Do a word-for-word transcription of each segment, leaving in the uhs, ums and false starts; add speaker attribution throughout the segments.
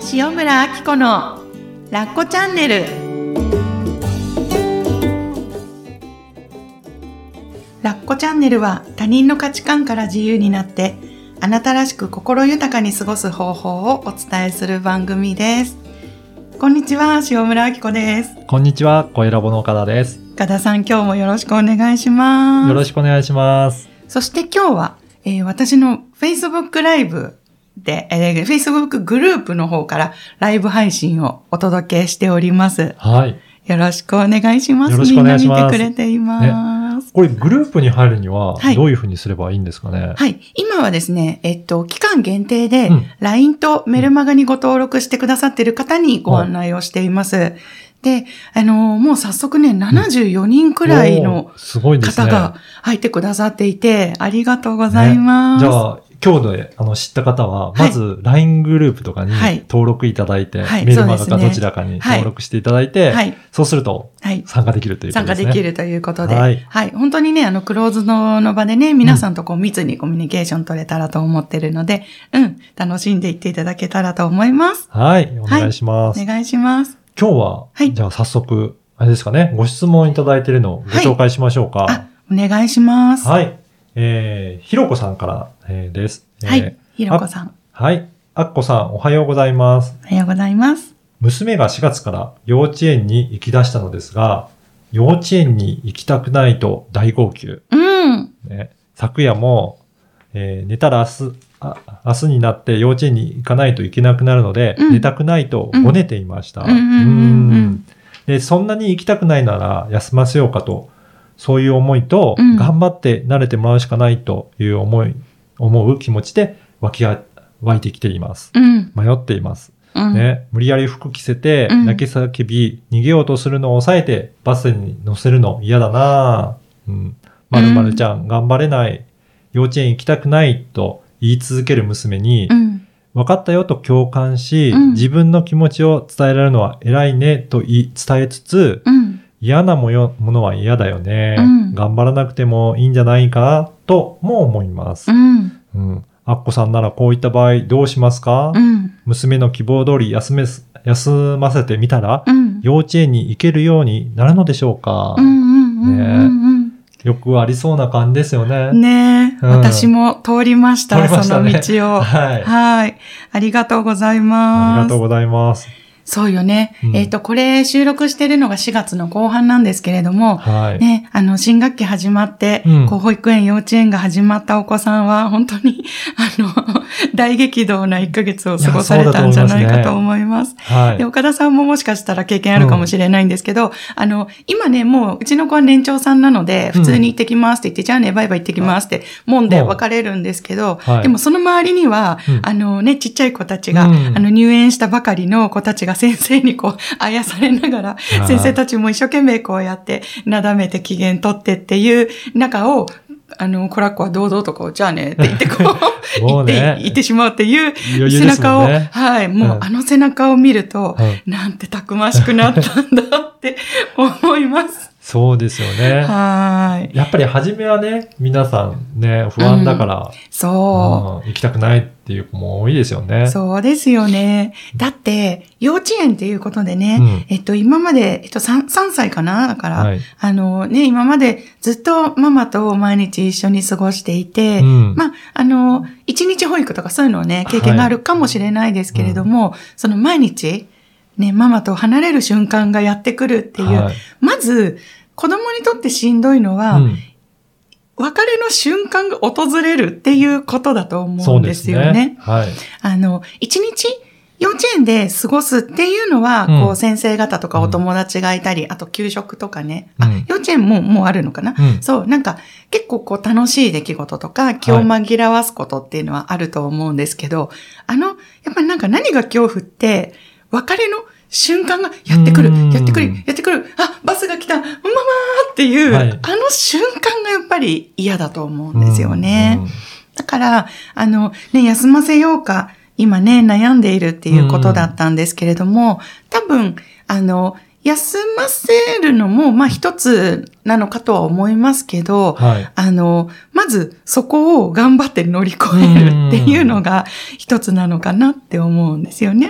Speaker 1: 塩村あき子のラッコチャンネル。ラッコチャンネルは他人の価値観から自由になってあなたらしく心豊かに過ごす方法をお伝えする番組です。こんにちは、塩村あき子です。
Speaker 2: こんにちは、声ラボの岡田です。
Speaker 1: 岡田さん、今日もよろしくお願いします。
Speaker 2: よろしくお願いします。
Speaker 1: そして今日は、えー、私の Facebook ライブで、えー、Facebook グループの方からライブ配信をお届けしております。
Speaker 2: はい。
Speaker 1: よろしくお願いします。
Speaker 2: よろしくお願いします。
Speaker 1: みんな見てくれています。
Speaker 2: ね、これグループに入るにはどういうふうにすればいいんですかね。はい。
Speaker 1: はい、今はですね、えっと、期間限定で、うん、ライン とメルマガにご登録してくださっている方にご案内をしています。はい、で、あの、もう早速ね、ななじゅうよにんくらいの方が入ってくださっていて、ありがとうございます。
Speaker 2: ね、じゃあ、今日であの知った方は、まず ライン グループとかに登録いただいて、はい、メルマガかどちらかに登録していただいて、はい、そうすると参加できるということですね。
Speaker 1: 参加できるということで、はい、はい、本当にね、あの、クローズのの場でね、皆さんとこう密にコミュニケーション取れたらと思ってるので、うん、楽しんでいっていただけたらと思います。
Speaker 2: はい、お願いします。
Speaker 1: はい、お願いします。
Speaker 2: 今日は、はい、じゃあ早速、あれですかね、ご質問いただいているのをご紹介しましょうか。
Speaker 1: はい、あ、お願いします。
Speaker 2: はい。えー、ひろこさんから、えー、です。
Speaker 1: はい。えーひろこさん。
Speaker 2: はい。あっこさん、おはようございます。
Speaker 1: おはようございます。
Speaker 2: 娘がしがつから幼稚園に行き出したのですが、幼稚園に行きたくないと大号泣。
Speaker 1: うん。
Speaker 2: ね、昨夜も、えー、寝たら明日、あ、明日になって幼稚園に行かないといけなくなるので、うん、寝たくないとごねていました。うん。で、そんなに行きたくないなら休ませようかと、そういう思いと、うん、頑張って慣れてもらうしかないという思い、思う気持ちで、湧きあ、湧いてきています。うん、迷っています。うん、ね。無理やり服着せて、泣き叫び、逃げようとするのを抑えて、バスに乗せるの嫌だなぁ。うん。まるまるちゃん、うん、頑張れない。幼稚園行きたくない。と言い続ける娘に、うん、分かったよと共感し、うん、自分の気持ちを伝えられるのは偉いねと言い伝えつつ、うん、嫌なものは嫌だよね、うん。頑張らなくてもいいんじゃないかとも思います。うんうん、あっこさんならこういった場合どうしますか？うん、娘の希望通り休め、休ませてみたら、うん、幼稚園に行けるようになるのでしょうか？ね、よくありそうな感じですよね。
Speaker 1: ねえ、うん、私も通りました、
Speaker 2: 通りましたね、
Speaker 1: その道を。
Speaker 2: はい。
Speaker 1: はい。ありがとうございます。
Speaker 2: ありがとうございます。
Speaker 1: そうよね。うん、えっと、これ収録してるのがしがつの後半なんですけれども、はい、ね、あの、新学期始まって、うん、こう保育園、幼稚園が始まったお子さんは、本当に、あの、大激動ないっかげつを過ごされたんじゃないかと思います。はい、で、岡田さんももしかしたら経験あるかもしれないんですけど、うん、あの、今ね、もう、うちの子は年長さんなので、普通に行ってきますって言って、うん、じゃあね、バイバイ行ってきますって、もんで別れるんですけど、はい、でもその周りには、うん、あのね、ちっちゃい子たちが、うん、あの、入園したばかりの子たちが先生にこう、あやされながら、先生たちも一生懸命こうやって、なだめて機嫌取ってっていう中を、あの、コラッコは堂々とこう、じゃあねって言ってこう、言って、言ってしまうっていう背中を、ね、はい、もう、うん、あの背中を見ると、うん、なんてたくましくなったんだって思います。
Speaker 2: そうですよね。はい。やっぱり初めはね、皆さんね、不安だから、うん、そう、うん。行きたくないっていう子も多いですよね。
Speaker 1: そうですよね。だって、幼稚園っていうことでね、うん、えっと、今まで、えっと3、さんさいかなだから、はい、あのね、今までずっとママと毎日一緒に過ごしていて、うん、まあ、あの、一日保育とかそういうのをね、経験があるかもしれないですけれども、はい、その毎日、ね、ママと離れる瞬間がやってくるっていう、はい、まず、子供にとってしんどいのは、うん、別れの瞬間が訪れるっていうことだと思うんですよね。そうですね。はい。あの、一日幼稚園で過ごすっていうのは、うん、こう先生方とかお友達がいたり、うん、あと給食とかね、うん、あ、幼稚園ももうあるのかな、うん、そう、なんか結構こう楽しい出来事とか気を紛らわすことっていうのはあると思うんですけど、はい、あの、やっぱりなんか何が恐怖って、別れの瞬間がやってくる、やってくる、やってくる、あ、バスが来た、ママーっていう、はい、あの瞬間がやっぱり嫌だと思うんですよね。だから、あの、ね、休ませようか、今ね、悩んでいるっていうことだったんですけれども、多分、あの、休ませるのも、まあ一つなのかとは思いますけど、はい、あの、まずそこを頑張って乗り越えるっていうのが一つなのかなって思うんですよね。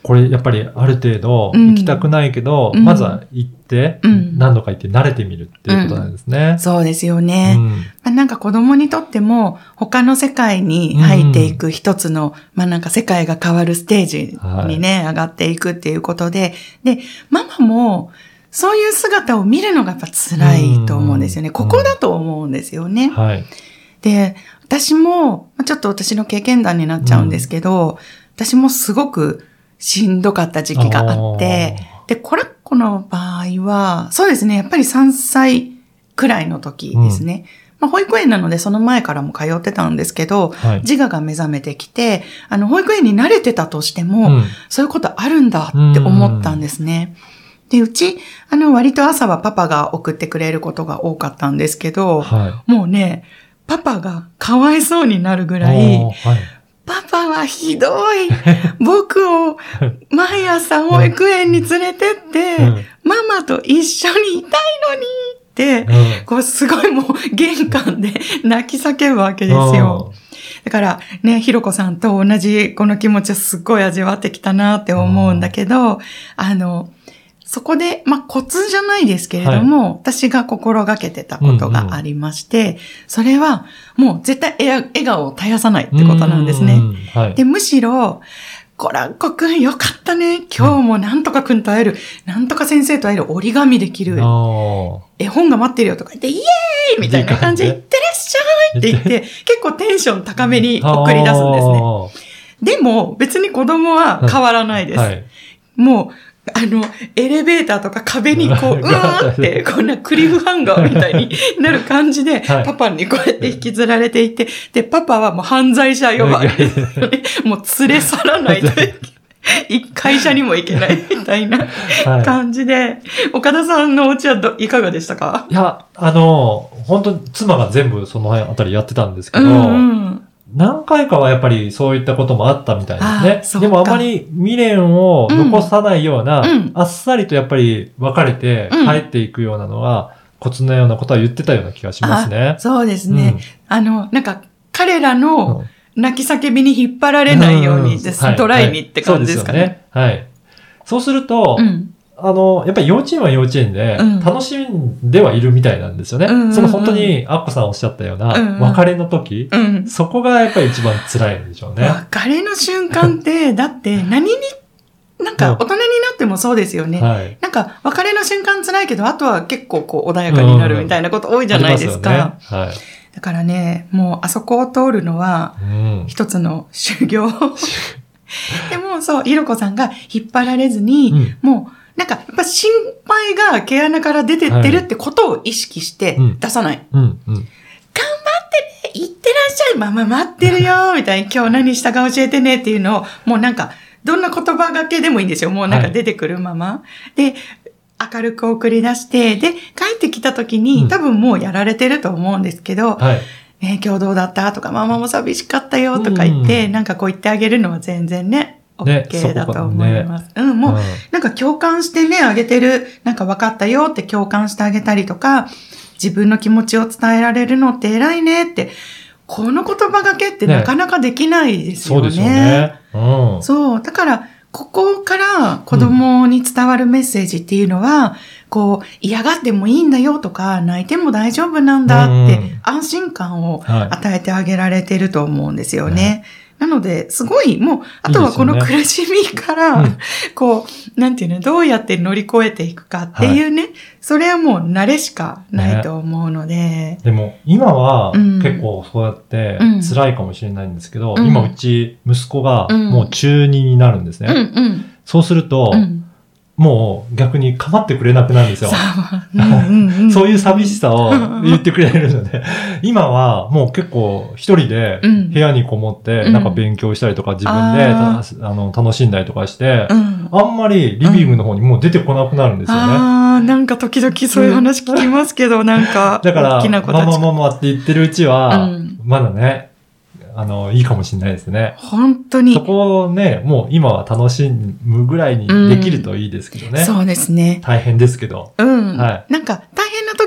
Speaker 2: これやっぱりある程度行きたくないけど、うん、まずは行って、うん、何度か行って慣れてみるっていうことなんですね。
Speaker 1: うん、そうですよね。うんまあ、なんか子供にとっても他の世界に入っていく一つの、うん、まあなんか世界が変わるステージにね、はい、上がっていくっていうことで、で、ママもそういう姿を見るのがやっぱ辛いと思うんですよね。うん、ここだと思うんですよね。うんはい、で、私も、ちょっと私の経験談になっちゃうんですけど、うん、私もすごくしんどかった時期があって、で、これ、この場合は、そうですね、やっぱりさんさいくらいの時ですね。うんまあ、保育園なのでその前からも通ってたんですけど、はい、自我が目覚めてきて、あの、保育園に慣れてたとしても、うん、そういうことあるんだって思ったんですね。で、うち、あの、割と朝はパパが送ってくれることが多かったんですけど、はい、もうね、パパがかわいそうになるぐらい、はいパパはひどい。僕を毎朝保育園に連れてって、うん、ママと一緒にいたいのにって、うん、こうすごいもう玄関で泣き叫ぶわけですよ。だからね、ひろこさんと同じこの気持ちをすっごい味わってきたなって思うんだけど、あの、そこで、まあ、コツじゃないですけれども、はい、私が心がけてたことがありまして、うんうん、それはもう絶対笑顔を絶やさないってことなんですね。はい、で、むしろ、コラッコくんよかったね。今日もなんとかくんと会える、うん、なんとか先生と会える、折り紙できる、絵本が待ってるよとか言って、イエーイみたいな感じで、いってらっしゃいって言って、結構テンション高めに送り出すんですね。でも、別に子供は変わらないです。はい、もう、あの、エレベーターとか壁にこう、うわーって、こんなクリフハンガーみたいになる感じで、はい、パパにこうやって引きずられていて、で、パパはもう犯罪者呼ばわりですよね。もう連れ去らないといけない。一会社にも行けないみたいな感じで、はい、岡田さんのお家はどいかがでしたか？
Speaker 2: いや、あの、本当妻が全部その辺あたりやってたんですけど、うんうん何回かはやっぱりそういったこともあったみたいですね。でもあまり未練を残さないような、うん、あっさりとやっぱり別れて帰っていくようなのがコツのようなことは言ってたような気がしますね。
Speaker 1: そうですね。うん、あの、なんか彼らの泣き叫びに引っ張られないようにです、うん、トライにって感じですかね。
Speaker 2: はい。はい、そうすると、うんあの、やっぱり幼稚園は幼稚園で、楽しんではいるみたいなんですよね。うん、その本当に、アッコさんおっしゃったような、別れの時、うん、そこがやっぱり一番辛いんでしょうね。
Speaker 1: 別れの瞬間って、だって何に、なんか大人になってもそうですよね。はい、なんか別れの瞬間辛いけど、あとは結構こう穏やかになるみたいなこと多いじゃないですか。うんねはい、だからね、もうあそこを通るのは、一つの修行。でもそう、ひろこさんが引っ張られずに、うん、もう、なんか、やっぱ心配が毛穴から出てってるってことを意識して出さない。はいうんうんうん、頑張ってね、行ってらっしゃい、ママ待ってるよ、みたいに今日何したか教えてねっていうのを、もうなんか、どんな言葉がけでもいいんですよ。もうなんか出てくるまま。はい、で、明るく送り出して、で、帰ってきた時に、うん、多分もうやられてると思うんですけど、はいね、今日どうだったとか、ママも寂しかったよとか言って、うん、なんかこう言ってあげるのは全然ね、OK だと思います。ね、うん、もう、うん、なんか共感してね、あげてる、なんか分かったよって共感してあげたりとか、自分の気持ちを伝えられるのって偉いねって、この言葉がけってなかなかできないですよね。ねそうですよね。うん、そう。だから、ここから子供に伝わるメッセージっていうのは、うん、こう、嫌がってもいいんだよとか、泣いても大丈夫なんだって安心感を与えてあげられてると思うんですよね。ねなので、すごい、もう、あとはこの苦しみから、いいねうん、こう、なんていうの、どうやって乗り越えていくかっていうね、はい、それはもう慣れしかないと思うので。ね、
Speaker 2: でも、今は結構そうやって辛いかもしれないんですけど、うん、今うち息子がもう中にになるんですね。うんうん、そうすると、うんもう逆に構ってくれなくなるんですよ。そういう寂しさを言ってくれるので、今はもう結構一人で部屋にこもってなんか勉強したりとか自分で、うん、あの楽しんだりとかして、うん、あんまりリビングの方にもう出てこなくなるんですよね。
Speaker 1: ああ、なんか時々そういう話聞きますけど、なんか
Speaker 2: だからママママって言ってるうちは、うん、まだね、あの、いいかもしれないですね。
Speaker 1: 本当に。
Speaker 2: そこをね、もう今は楽しむぐらいにできるといいですけどね。
Speaker 1: うん、そうですね。
Speaker 2: 大変ですけど。
Speaker 1: うん。はい。なんか大変な時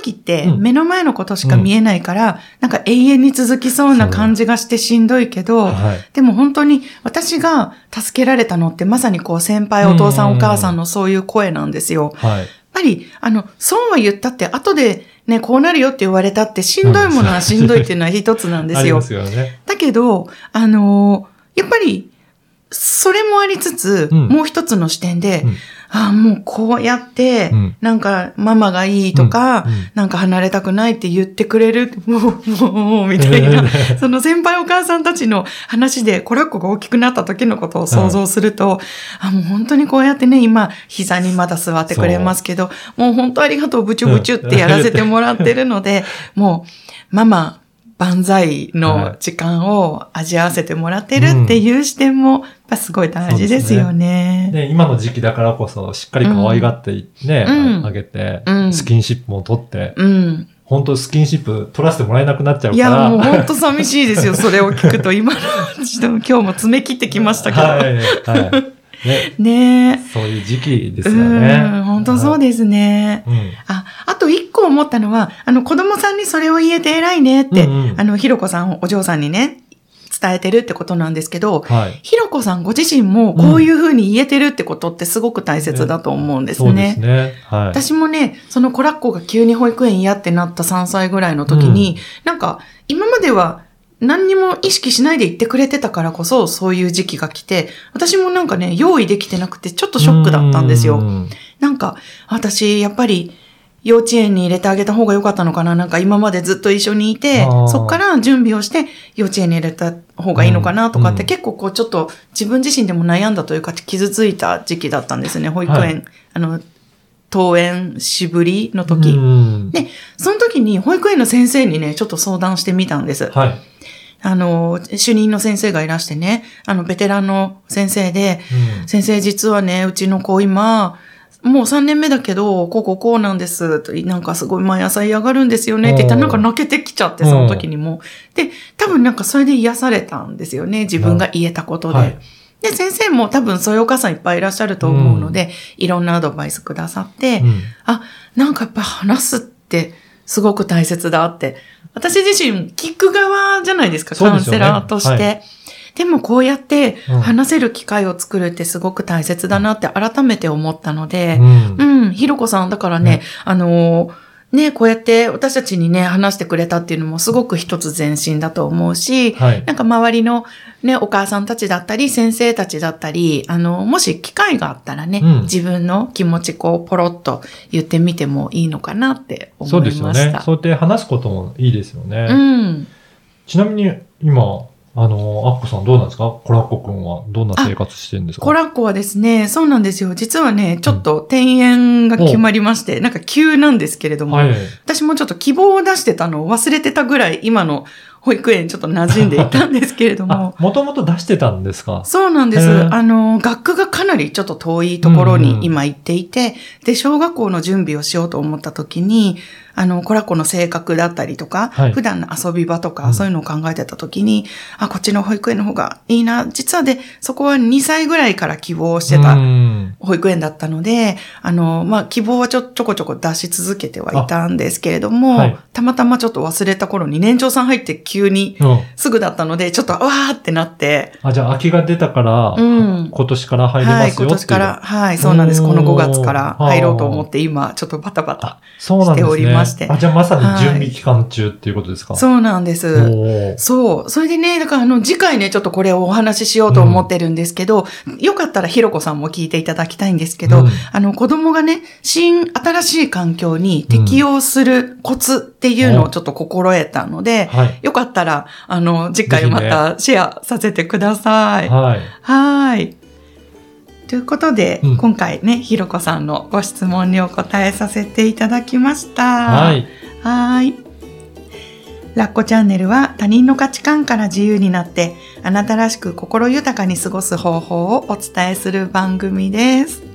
Speaker 1: 時って目の前のことしか見えないから、うん、なんか永遠に続きそうな感じがしてしんどいけど、はい、でも本当に私が助けられたのってまさにこう先輩お父さんお母さんのそういう声なんですよ。はい、やっぱり、あの、そうは言ったって後でね、こうなるよって言われたってしんどいものはしんどいっていうのは一つなんですよ。ありますよね。だけど、あの、やっぱり、それもありつつ、うん、もう一つの視点で、うん、ああ、もうこうやって、うん、なんかママがいいとか、うんうん、なんか離れたくないって言ってくれる、もう、もう、もう、みたいな、その先輩お母さんたちの話で、コラッコが大きくなった時のことを想像すると、はい、あ、もう本当にこうやってね、今、膝にまだ座ってくれますけど、もう本当ありがとう、ブチュブチュってやらせてもらってるので、もう、ママ、万歳の時間を味わわせてもらってるっていう視点も、やっぱすごい大事ですよね。
Speaker 2: ね、今の時期だからこそ、しっかり可愛がってね、うん、あげて、うん、スキンシップも取って、うん、本当スキンシップ取らせてもらえなくなっちゃうから。いや、
Speaker 1: もう本当寂しいですよ、それを聞くと。今のうちでも今日も詰め切ってきましたけど。はい、はい
Speaker 2: ね。
Speaker 1: ね
Speaker 2: そういう時期ですよね。
Speaker 1: うん、本当そうですね。うん、あ、あと一個思ったのは、あの子供さんにそれを言えて偉いねって、うんうん、あの、ひろこさん、お嬢さんにね、伝えてるってことなんですけど、はい、ひろこさんご自身もこういうふうに言えてるってことってすごく大切だと思うんですね。うん、そうですね。はい。私もね、そのコラッコが急に保育園嫌ってなったさんさいぐらいの時に、うん、なんか、今までは、何にも意識しないで言ってくれてたからこそ、そういう時期が来て、私もなんかね、用意できてなくて、ちょっとショックだったんですよ。んなんか、私、やっぱり、幼稚園に入れてあげた方が良かったのかな、なんか今までずっと一緒にいて、そっから準備をして、幼稚園に入れた方がいいのかなとかって、結構こう、ちょっと自分自身でも悩んだというか、傷ついた時期だったんですね、保育園。はい、あの、登園しぶりの時。で、その時に保育園の先生にね、ちょっと相談してみたんです。はい。あの、主任の先生がいらしてね、あの、ベテランの先生で、うん、先生実はね、うちの子今、もうさんねんめだけど、こうこうこうなんです。となんかすごい毎朝嫌がるんですよねって言ったらなんか泣けてきちゃって、その時にも。で、多分なんかそれで癒されたんですよね。自分が言えたことで。はい、で、先生も多分そういうお母さんいっぱいいらっしゃると思うので、うん、いろんなアドバイスくださって、うん、あ、なんかやっぱ話すってすごく大切だって。私自身聞く側じゃないですか、カウンセラーとして。はい、でもこうやって話せる機会を作るってすごく大切だなって改めて思ったので、うん、うん、ひろこさんだからね、ねあのー、ね、こうやって私たちにね、話してくれたっていうのもすごく一つ前進だと思うし、はい、なんか周りのね、お母さんたちだったり、先生たちだったり、あの、もし機会があったらね、うん、自分の気持ちこう、ポロッと言ってみてもいいのかなって思いました。
Speaker 2: そうですよね。そうやって話すこともいいですよね。
Speaker 1: うん。
Speaker 2: ちなみに今、あの、アッコさんどうなんですか？コラッコくんはどんな生活してるんですか？
Speaker 1: コラッコはですね、そうなんですよ。実はね、ちょっと転園が決まりまして、うん、なんか急なんですけれども、はい、私もちょっと希望を出してたのを忘れてたぐらい、今の保育園ちょっと馴染んでいたんですけれども。
Speaker 2: もともと出してたんですか？
Speaker 1: そうなんです。あの、学区がかなりちょっと遠いところに今行っていて、うんうん、で、小学校の準備をしようと思った時に、あの、コラコの性格だったりとか、はい、普段の遊び場とか、そういうのを考えてた時に、うん、あ、こっちの保育園の方がいいな。実はで、そこはにさいぐらいから希望してた保育園だったので、あの、まあ、希望はちょ、ちょこちょこ出し続けてはいたんですけれども、はい、たまたまちょっと忘れた頃に年長さん入って急にすぐだったので、ちょっとわーってなって。
Speaker 2: あ、じゃあ空きが出たから、うん、今年から入れますよっていう。はい、今年
Speaker 1: から、はい、そうなんです。このごがつから入ろうと思って今、ちょっとバタバタしております。
Speaker 2: あ、じゃあまさに準備期間中っていうことですか？
Speaker 1: はい、そうなんです。そう。それでね、だからあの次回ね、ちょっとこれをお話ししようと思ってるんですけど、うん、よかったらひろこさんも聞いていただきたいんですけど、うん、あの子供がね、新、新しい環境に適応するコツっていうのをちょっと心得たので、うんはい、よかったら、あの、次回またシェアさせてください。はい。はい。ということで、うん、今回ね、ひろこさんのご質問にお答えさせていただきました。はい。はい。ラッコチャンネルは他人の価値観から自由になって、あなたらしく心豊かに過ごす方法をお伝えする番組です。